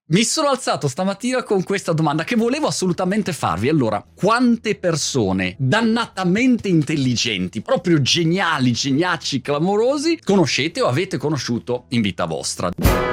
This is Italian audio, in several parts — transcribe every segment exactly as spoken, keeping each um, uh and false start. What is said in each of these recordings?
Mi sono alzato stamattina con questa domanda che volevo assolutamente farvi. Allora, quante persone dannatamente intelligenti, proprio geniali, geniacci, clamorosi, conoscete o avete conosciuto in vita vostra?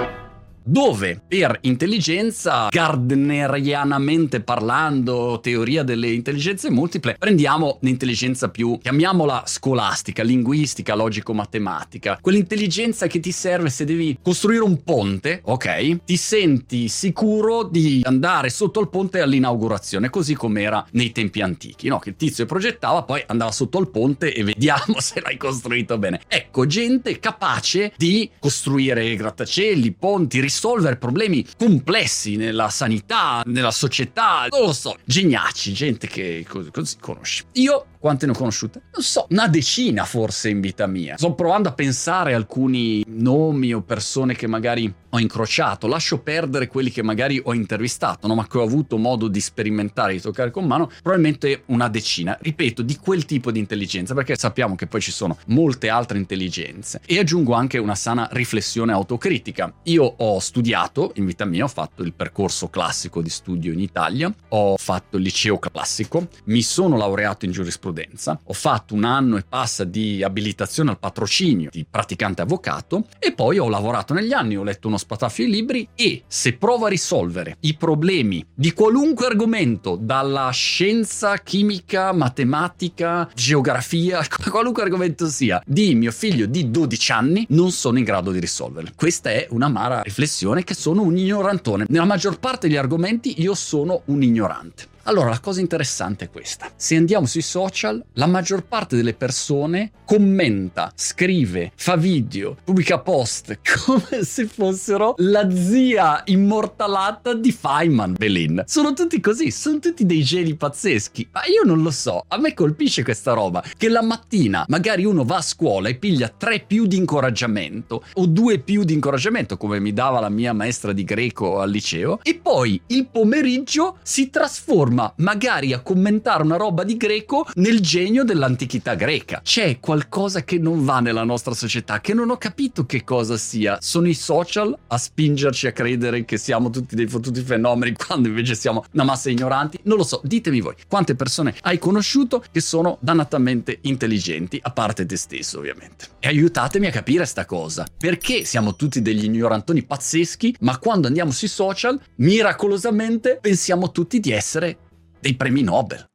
Dove per intelligenza, gardnerianamente parlando, teoria delle intelligenze multiple, prendiamo l'intelligenza più, chiamiamola scolastica, linguistica, logico-matematica, quell'intelligenza che ti serve se devi costruire un ponte, ok? Ti senti sicuro di andare sotto il ponte all'inaugurazione, così come era nei tempi antichi, no? Che il tizio progettava, poi andava sotto il ponte e vediamo se l'hai costruito bene. Ecco, gente capace di costruire grattacieli, ponti, risolvere problemi complessi nella sanità, nella società, non lo so, geniaci, gente che così, così conosci. Io quante ne ho conosciute? Non so, una decina forse in vita mia. Sto provando a pensare a alcuni nomi o persone che magari ho incrociato, lascio perdere quelli che magari ho intervistato, no? Ma che ho avuto modo di sperimentare, di toccare con mano, probabilmente una decina, ripeto, di quel tipo di intelligenza, perché sappiamo che poi ci sono molte altre intelligenze. E aggiungo anche una sana riflessione autocritica. Io ho studiato in vita mia, ho fatto il percorso classico di studio in Italia, ho fatto il liceo classico, mi sono laureato in giurisprudenza, ho fatto un anno e passa di abilitazione al patrocinio di praticante avvocato e poi ho lavorato negli anni, ho letto uno spataffio di libri e se provo a risolvere i problemi di qualunque argomento, dalla scienza, chimica, matematica, geografia, qualunque argomento sia, di mio figlio di dodici anni, non sono in grado di risolverli. Questa è un'amara riflessione, che sono un ignorantone. Nella maggior parte degli argomenti io sono un ignorante. Allora, la cosa interessante è questa. Se andiamo sui social, la maggior parte delle persone commenta, scrive, fa video, pubblica post come se fossero la zia immortalata di Feynman, Belin. Sono tutti così, sono tutti dei geni pazzeschi. Ma io non lo so, a me colpisce questa roba, che la mattina magari uno va a scuola e piglia tre più di incoraggiamento o due più di incoraggiamento, come mi dava la mia maestra di greco al liceo, e poi il pomeriggio si trasforma magari a commentare una roba di greco nel genio dell'antichità greca. C'è qualcosa che non va nella nostra società, che non ho capito che cosa sia. Sono i social a spingerci a credere che siamo tutti dei fottuti fenomeni quando invece siamo una massa ignoranti? Non lo so, ditemi voi, quante persone hai conosciuto che sono dannatamente intelligenti, a parte te stesso ovviamente. E aiutatemi a capire sta cosa. Perché siamo tutti degli ignorantoni pazzeschi, ma quando andiamo sui social, miracolosamente pensiamo tutti di essere dei premi Nobel?